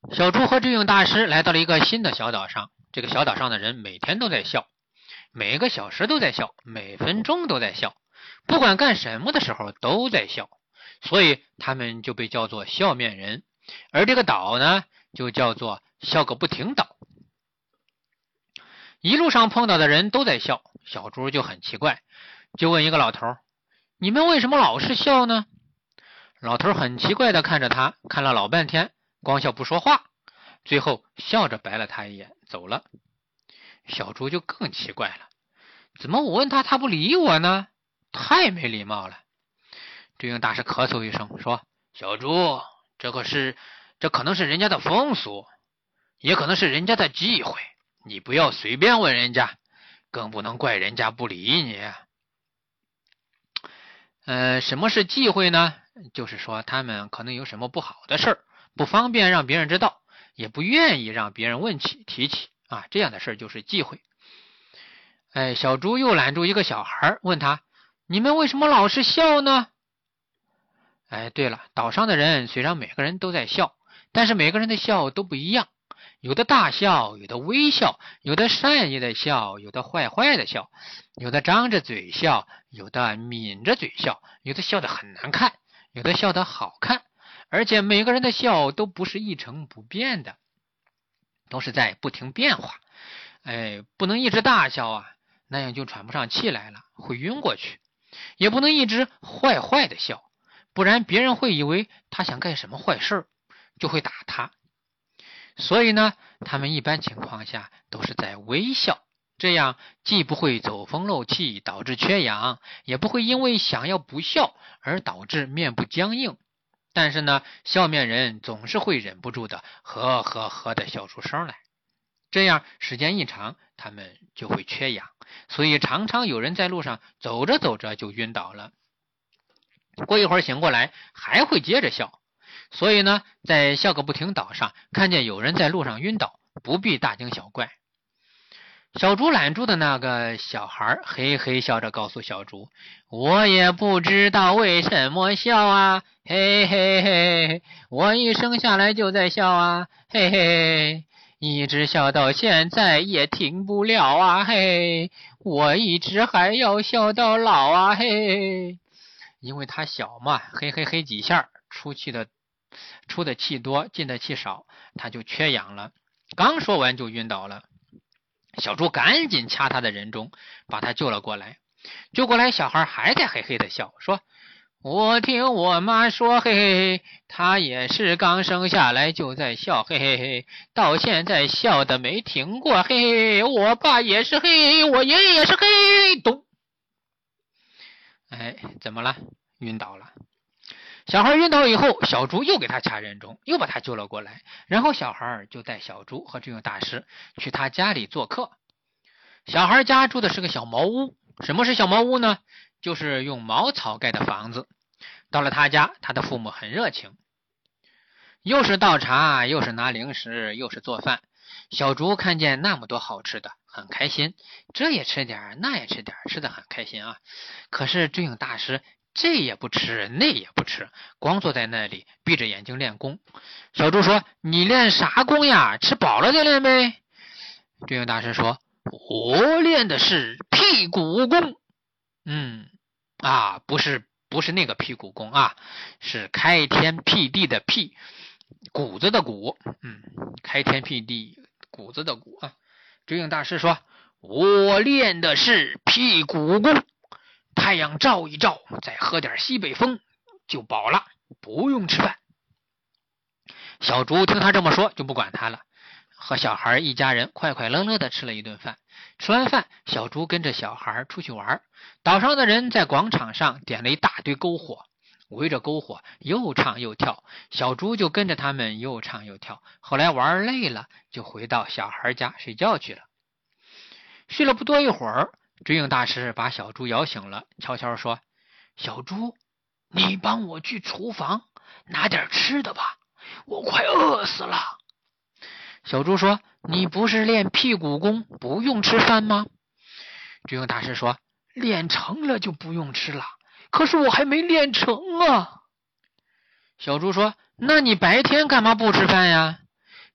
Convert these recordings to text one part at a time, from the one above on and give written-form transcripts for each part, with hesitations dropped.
小猪和智勇大师来到了一个新的小岛上，这个小岛上的人每天都在笑，每个小时都在笑，每分钟都在笑，不管干什么的时候都在笑，所以他们就被叫做笑面人，而这个岛呢，就叫做笑个不停岛。一路上碰到的人都在笑，小猪就很奇怪，就问一个老头：“你们为什么老是笑呢？”老头很奇怪地看着他，看了老半天，光笑不说话，最后笑着白了他一眼，走了。小猪就更奇怪了，怎么我问他，他不理我呢？太没礼貌了。智勇大师咳嗽一声说：“小猪，这可能是人家的风俗，也可能是人家的忌讳，你不要随便问人家，更不能怪人家不理你。”什么是忌讳呢？就是说他们可能有什么不好的事儿，不方便让别人知道，也不愿意让别人提起啊，这样的事儿就是忌讳。小猪又拦住一个小孩，问他：“你们为什么老是笑呢？”对了，岛上的人虽然每个人都在笑，但是每个人的笑都不一样，有的大笑，有的微笑，有的善意的笑，有的坏坏的笑，有的张着嘴笑，有的抿着嘴笑，有的笑得很难看，有的笑得好看，而且每个人的笑都不是一成不变的，都是在不停变化。不能一直大笑啊，那样就喘不上气来了，会晕过去。也不能一直坏坏的笑，不然别人会以为他想干什么坏事，就会打他。所以呢，他们一般情况下都是在微笑，这样既不会走风漏气导致缺氧，也不会因为想要不笑而导致面部僵硬。但是呢，笑面人总是会忍不住的呵呵呵的笑出声来，这样时间一长，他们就会缺氧，所以常常有人在路上走着走着就晕倒了，过一会儿醒过来还会接着笑。所以呢，在笑个不停岛上看见有人在路上晕倒，不必大惊小怪。小猪拦住的那个小孩嘿嘿笑着告诉小猪：“我也不知道为什么笑啊，嘿嘿嘿，我一生下来就在笑啊，嘿嘿，一直笑到现在也停不了啊，嘿，我一直还要笑到老啊，嘿。”因为他小嘛，嘿嘿嘿几下，出的气多，进的气少，他就缺氧了。刚说完就晕倒了。小猪赶紧掐他的人中，把他救了过来。救过来，小孩还在嘿嘿的笑，说：“我听我妈说，嘿嘿嘿，她也是刚生下来就在笑，嘿嘿嘿，到现在笑的没停过，嘿嘿，我爸也是嘿，我爷爷也是嘿，咚。”怎么了？晕倒了。小孩晕倒以后，小猪又给他掐人中，又把他救了过来。然后小孩就带小猪和智勇大师去他家里做客。小孩家住的是个小茅屋。什么是小茅屋呢？就是用茅草盖的房子。到了他家，他的父母很热情，又是倒茶，又是拿零食，又是做饭。小猪看见那么多好吃的，很开心，这也吃点，那也吃点，吃得很开心啊。可是智勇大师这也不吃，那也不吃，光坐在那里闭着眼睛练功。小猪说：“你练啥功呀？吃饱了再练呗。”智勇大师说：“我练的是屁股功。”不是那个屁股功啊，是开天辟地的辟，谷子的谷。开天辟地，谷子的谷啊。智勇大师说：“我练的是屁股功。太阳照一照，再喝点西北风就饱了，不用吃饭。”小猪听他这么说，就不管他了，和小孩一家人快快乐乐的吃了一顿饭。吃完饭，小猪跟着小孩出去玩。岛上的人在广场上点了一大堆篝火，围着篝火又唱又跳，小猪就跟着他们又唱又跳。后来玩累了，就回到小孩家睡觉去了。睡了不多一会儿，智勇大师把小猪摇醒了，悄悄说：“小猪，你帮我去厨房拿点吃的吧，我快饿死了。”小猪说：“你不是练屁股功不用吃饭吗？”智勇大师说：“练成了就不用吃了，可是我还没练成啊。”小猪说：“那你白天干嘛不吃饭呀？”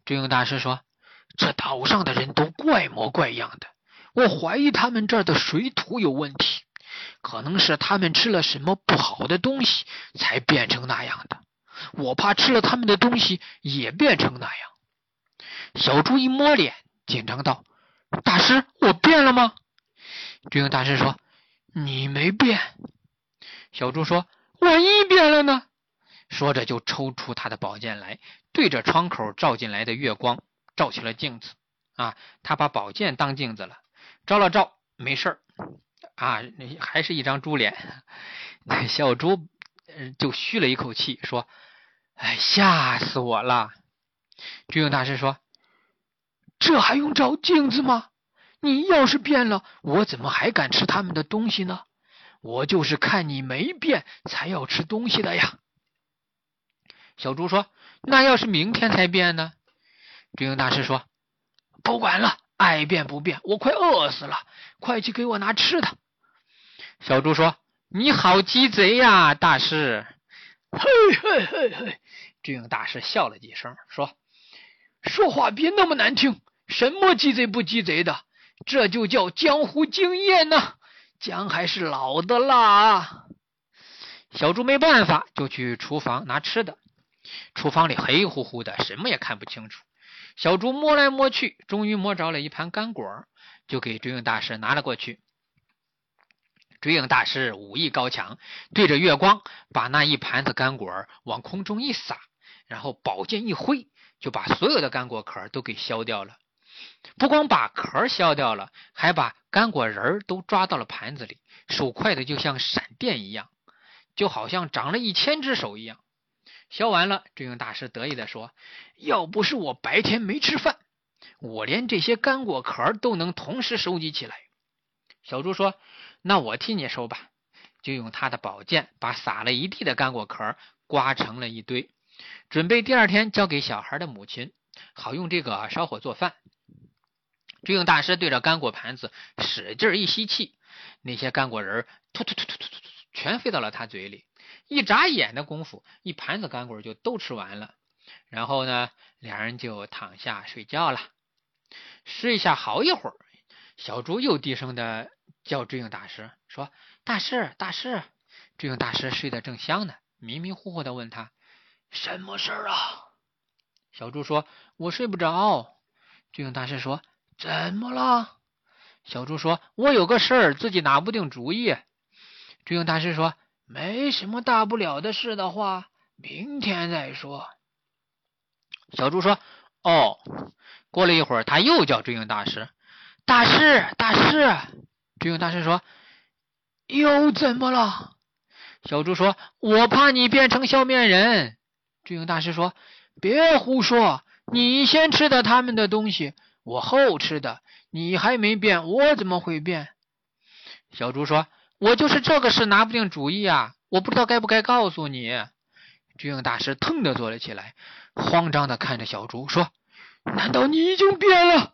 智勇大师说，这岛上的人都怪模怪样的，我怀疑他们这儿的水土有问题，可能是他们吃了什么不好的东西才变成那样的，我怕吃了他们的东西也变成那样。小猪一摸脸，紧张道，大师，我变了吗？智勇大师说，你没变。小猪说，万一变了呢？说着就抽出他的宝剑来，对着窗口照进来的月光照起了镜子。他把宝剑当镜子了，照了照，没事还是一张猪脸。小猪就吁了一口气，说，吓死我了。智勇大师说，这还用照镜子吗？你要是变了，我怎么还敢吃他们的东西呢？我就是看你没变才要吃东西的呀。小猪说，那要是明天才变呢？智勇大师说，不管了，爱变不变，我快饿死了，快去给我拿吃的。小猪说，你好鸡贼呀，大师。嘿嘿嘿嘿，智勇大师笑了几声，说话别那么难听，什么鸡贼不鸡贼的，这就叫江湖经验呢，姜还是老的辣。小猪没办法，就去厨房拿吃的。厨房里黑乎乎的，什么也看不清楚。小猪摸来摸去，终于摸着了一盘干果，就给智勇大师拿了过去。智勇大师武艺高强，对着月光把那一盘子干果往空中一撒，然后宝剑一挥，就把所有的干果壳都给削掉了。不光把壳削掉了，还把干果仁都抓到了盘子里，手快的就像闪电一样，就好像长了1000只手一样。削完了，智勇大师得意地说，要不是我白天没吃饭，我连这些干果壳都能同时收集起来。小猪说，那我替你收吧，就用他的宝剑把撒了一地的干果壳刮成了一堆，准备第二天交给小孩的母亲，好用这个烧火做饭。智勇大师对着干果盘子使劲一吸气，那些干果仁突突突突突全飞到了他嘴里，一眨眼的功夫，一盘子干果就都吃完了。然后呢，两人就躺下睡觉了。睡下好一会儿，小猪又低声的叫智勇大师，说，大师，大师。智勇大师睡得正香呢，迷迷糊糊的问他，什么事啊？小猪说，我睡不着。智勇大师说，怎么了？小猪说，我有个事儿，自己拿不定主意。智勇大师说，没什么大不了的事的话，明天再说。小猪说，哦。过了一会儿，他又叫智勇大师，大师，大师。智勇大师说，又怎么了？小猪说，我怕你变成笑面人。智勇大师说，别胡说，你先吃的他们的东西，我后吃的，你还没变，我怎么会变？小猪说，我就是这个事拿不定主意啊，我不知道该不该告诉你。智勇大师腾地坐了起来，慌张地看着小猪说，难道你已经变了？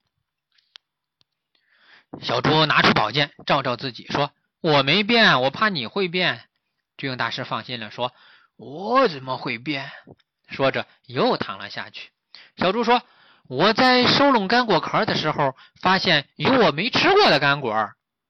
小猪拿出宝剑照照自己说，我没变，我怕你会变。智勇大师放心了说，我怎么会变？说着又躺了下去。小猪说，我在收拢干果壳的时候发现有我没吃过的干果。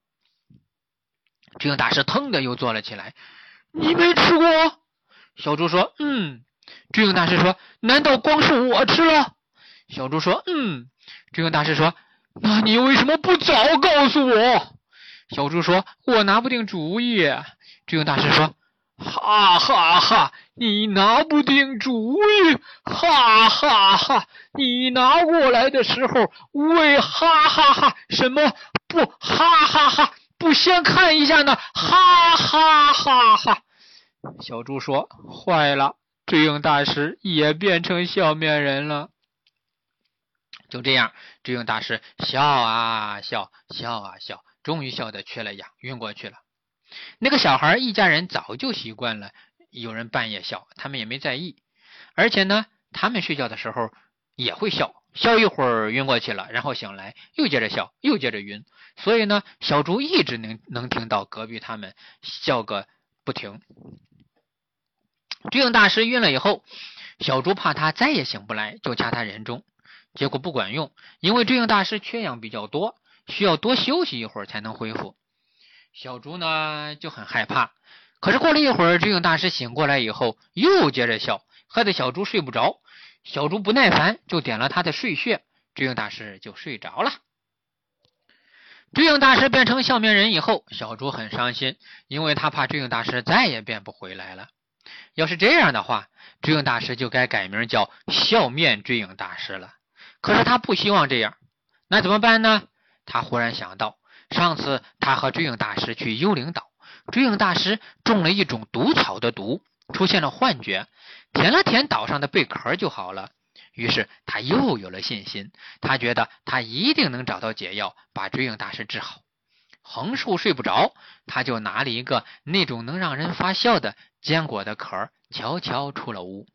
智勇大师腾的又坐了起来，你没吃过？小猪说，智勇大师说，难道光是我吃了？小猪说，智勇大师说，那你为什么不早告诉我？小猪说，我拿不定主意。智勇大师说，哈哈哈，你拿不定主意，哈哈哈，你拿过来的时候为哈哈哈什么不哈哈哈不先看一下呢？哈哈哈哈。小猪说，坏了，智勇大师也变成笑面人了。就这样，智勇大师笑啊笑，笑啊笑，终于笑得缺了氧，晕过去了。那个小孩一家人早就习惯了有人半夜笑，他们也没在意。而且呢，他们睡觉的时候也会笑，笑一会儿晕过去了，然后醒来又接着笑，又接着晕。所以呢，小猪一直能听到隔壁他们笑个不停。智勇大师晕了以后， 小猪怕他再也醒不来，就掐他人中，结果不管用，因为坠影大师缺氧比较多，需要多休息一会儿才能恢复。小猪呢就很害怕，可是过了一会儿，坠影大师醒过来以后又接着笑，害得小猪睡不着。小猪不耐烦，就点了他的睡穴，坠影大师就睡着了。坠影大师变成笑面人以后，小猪很伤心，因为他怕坠影大师再也变不回来了。要是这样的话，坠影大师就该改名叫笑面坠影大师了。可是他不希望这样，那怎么办呢？他忽然想到，上次他和坠影大师去幽灵岛，坠影大师中了一种毒草的毒，出现了幻觉，舔了舔岛上的贝壳就好了。于是他又有了信心，他觉得他一定能找到解药，把坠影大师治好。横竖睡不着，他就拿了一个那种能让人发笑的坚果的壳，悄悄出了屋。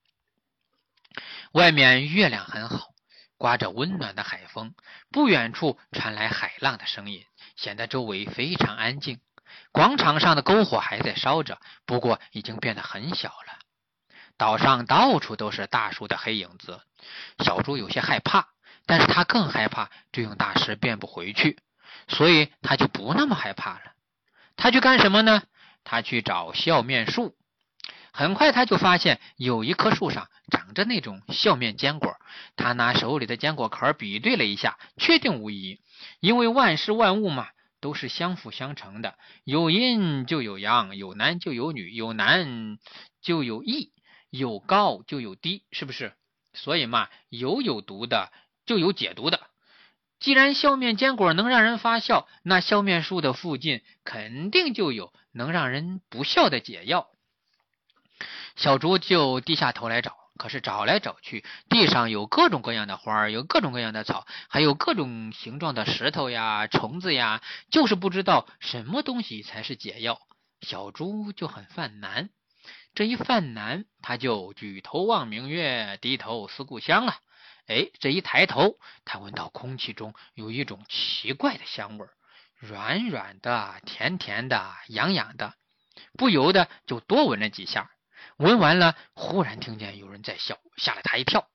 外面月亮很好，刮着温暖的海风，不远处传来海浪的声音，显得周围非常安静。广场上的篝火还在烧着，不过已经变得很小了。岛上到处都是大树的黑影子，小猪有些害怕，但是他更害怕坠影大师变不回去，所以他就不那么害怕了。他去干什么呢？他去找笑面树。很快他就发现有一棵树上长着那种笑面坚果，他拿手里的坚果壳比对了一下，确定无疑，因为万事万物嘛，都是相辅相成的，有阴就有阳，有男就有女，有男就有异，有高就有低，是不是？所以嘛，有毒的就有解毒的。既然笑面坚果能让人发笑，那笑面树的附近肯定就有能让人不笑的解药。小猪就低下头来找，可是找来找去，地上有各种各样的花，有各种各样的草，还有各种形状的石头呀、虫子呀，就是不知道什么东西才是解药。小猪就很犯难，这一犯难，他就举头望明月，低头思故乡啊。这一抬头，他闻到空气中有一种奇怪的香味，软软的、甜甜的、痒痒的，不由得就多闻了几下。闻完了，忽然听见有人在笑，吓了他一跳。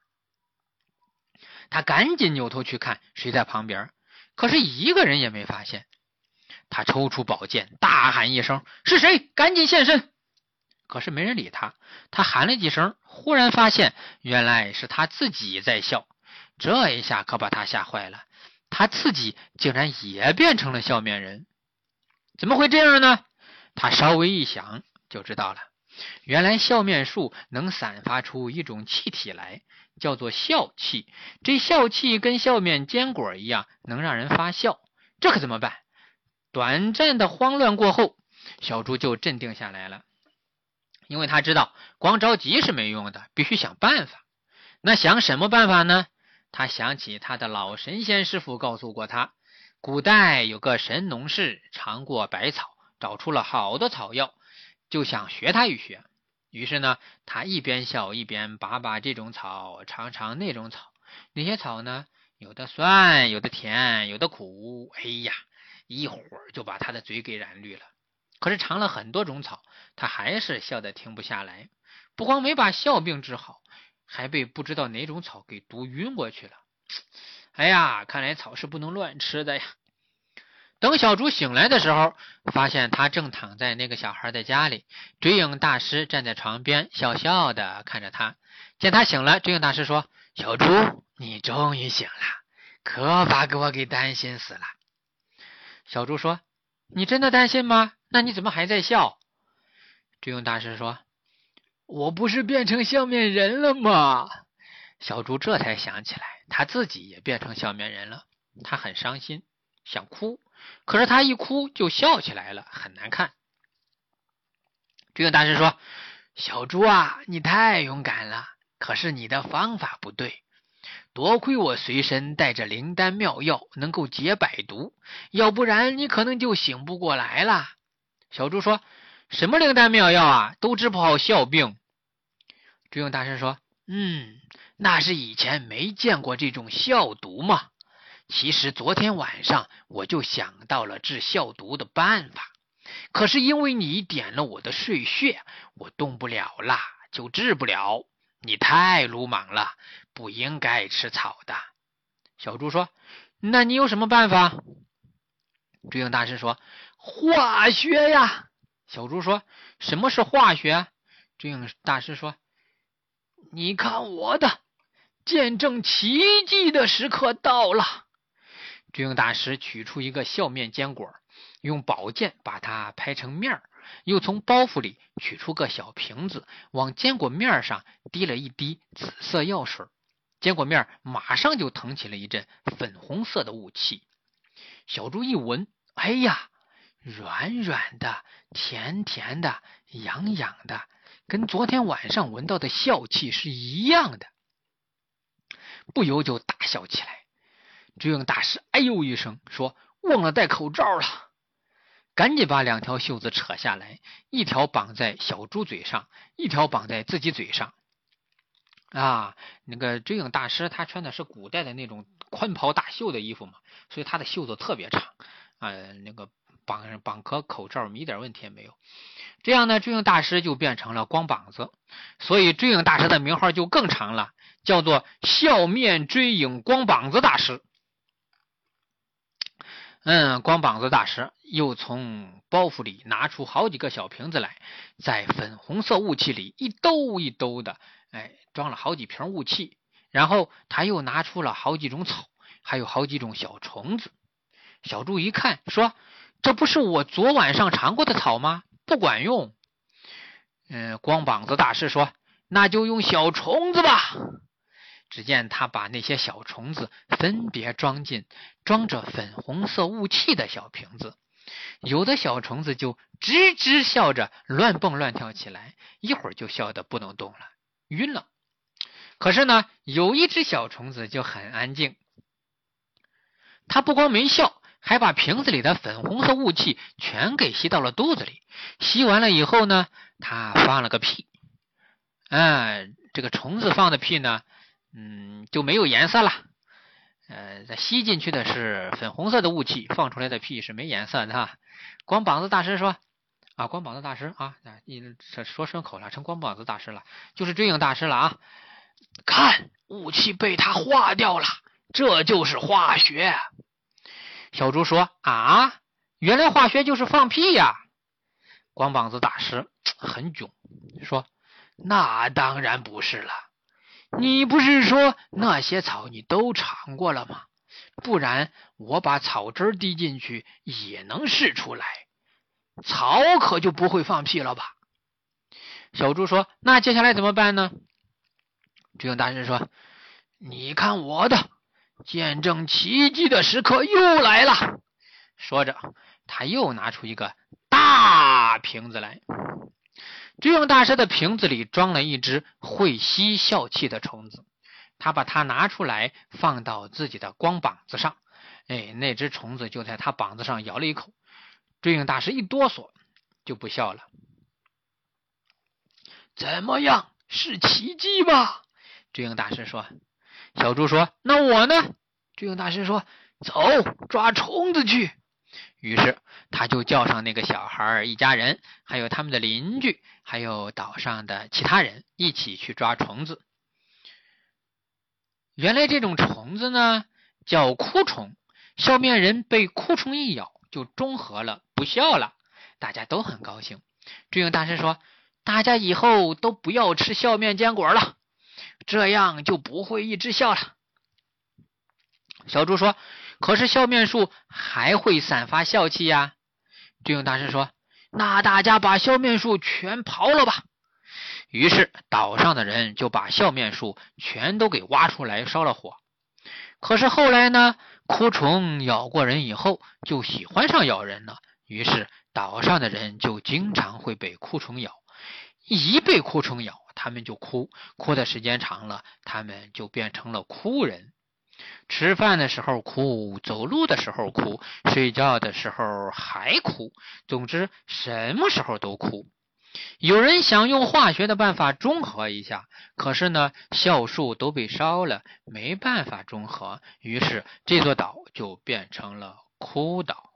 他赶紧扭头去看谁在旁边，可是一个人也没发现。他抽出宝剑，大喊一声：“是谁？赶紧现身！”可是没人理他。他喊了几声，忽然发现原来是他自己在笑。这一下可把他吓坏了，他自己竟然也变成了笑面人。怎么会这样呢？他稍微一想就知道了。原来笑面树能散发出一种气体来，叫做笑气。这笑气跟笑面坚果一样，能让人发笑。这可怎么办？短暂的慌乱过后，小猪就镇定下来了，因为他知道光着急是没用的，必须想办法。那想什么办法呢？他想起他的老神仙师傅告诉过他，古代有个神农氏尝过百草，找出了好的草药，就想学他一学。于是呢，他一边笑一边拔这种草，尝那种草。那些草呢，有的酸，有的甜，有的苦。一会儿就把他的嘴给染绿了。可是尝了很多种草，他还是笑得停不下来。不光没把笑病治好，还被不知道哪种草给毒晕过去了。看来草是不能乱吃的呀。等小猪醒来的时候，发现他正躺在那个小孩的家里，坠影大师站在床边，笑笑的看着他。见他醒了，坠影大师说：“小猪，你终于醒了，可把我给担心死了。”小猪说：“你真的担心吗？那你怎么还在笑？”坠影大师说：“我不是变成笑面人了吗？”小猪这才想起来，他自己也变成笑面人了。他很伤心，想哭，可是他一哭就笑起来了，很难看。坠影大师说：“小猪啊，你太勇敢了，可是你的方法不对。多亏我随身带着灵丹妙药，能够解百毒，要不然你可能就醒不过来了。”小猪说：“什么灵丹妙药啊，都治不好笑病。”坠影大师说：“那是以前没见过这种笑毒嘛。其实昨天晚上我就想到了治笑毒的办法，可是因为你点了我的睡穴，我动不了啦， 就治不了，你太鲁莽了，不应该吃草的。小猪说，那你有什么办法？追影大师说，化学呀。小猪说，什么是化学？追影大师说，你看我的，见证奇迹的时刻到了。追影大师取出一个笑面坚果，用宝剑把它拍成面，又从包袱里取出个小瓶子，往坚果面上滴了一滴紫色药水，坚果面马上就腾起了一阵粉红色的雾气。小猪一闻，哎呀，软软的，甜甜的，痒痒的，跟昨天晚上闻到的笑气是一样的，不由就大笑起来。追影大师哎呦一声说，忘了戴口罩了，赶紧把2条袖子扯下来，一条绑在小猪嘴上，一条绑在自己嘴上。那个追影大师他穿的是古代的那种宽袍大袖的衣服嘛，所以他的袖子特别长那个绑个口罩一点问题也没有。这样呢，追影大师就变成了光膀子，所以追影大师的名号就更长了，叫做笑面追影光膀子大师。光膀子大师又从包袱里拿出好几个小瓶子来，在粉红色雾气里一兜一兜的装了好几瓶雾气，然后他又拿出了好几种草，还有好几种小虫子。小猪一看说，这不是我昨晚上尝过的草吗？不管用。光膀子大师说，那就用小虫子吧。只见他把那些小虫子分别装进装着粉红色雾气的小瓶子，有的小虫子就吱吱笑着乱蹦乱跳起来，一会儿就笑得不能动了，晕了。可是呢，有一只小虫子就很安静，它不光没笑，还把瓶子里的粉红色雾气全给吸到了肚子里。吸完了以后呢，它放了个屁。这个虫子放的屁呢就没有颜色了。吸进去的是粉红色的雾气，放出来的屁是没颜色的。光膀子大师说光膀子大师说顺口了，成光膀子大师了，就是追影大师了看，雾气被他化掉了，这就是化学。小猪说原来化学就是放屁呀。光膀子大师很囧，说那当然不是了，你不是说那些草你都尝过了吗？不然我把草汁滴进去也能试出来，草可就不会放屁了吧？小猪说，那接下来怎么办呢？追影大师说，你看我的，见证奇迹的时刻又来了。说着他又拿出一个大瓶子来，追影大师的瓶子里装了一只会吸笑气的虫子，他把它拿出来放到自己的光膀子上，那只虫子就在他膀子上咬了一口，追影大师一哆嗦就不笑了。怎么样，是奇迹吧？追影大师说。小猪说，那我呢？追影大师说，走，抓虫子去。于是他就叫上那个小孩一家人，还有他们的邻居，还有岛上的其他人一起去抓虫子。原来这种虫子呢叫枯虫，笑面人被枯虫一咬就中和了，不笑了，大家都很高兴。追影大师说，大家以后都不要吃笑面坚果了，这样就不会一直笑了。小猪说，可是笑面树还会散发笑气呀。追影大师说，那大家把笑面树全刨了吧。于是岛上的人就把笑面树全都给挖出来烧了火。可是后来呢，枯虫咬过人以后就喜欢上咬人了，于是岛上的人就经常会被枯虫咬，一被枯虫咬他们就哭，哭的时间长了他们就变成了哭人。吃饭的时候哭，走路的时候哭，睡觉的时候还哭，总之什么时候都哭。有人想用化学的办法中和一下，可是呢酵树都被烧了，没办法中和，于是这座岛就变成了枯岛。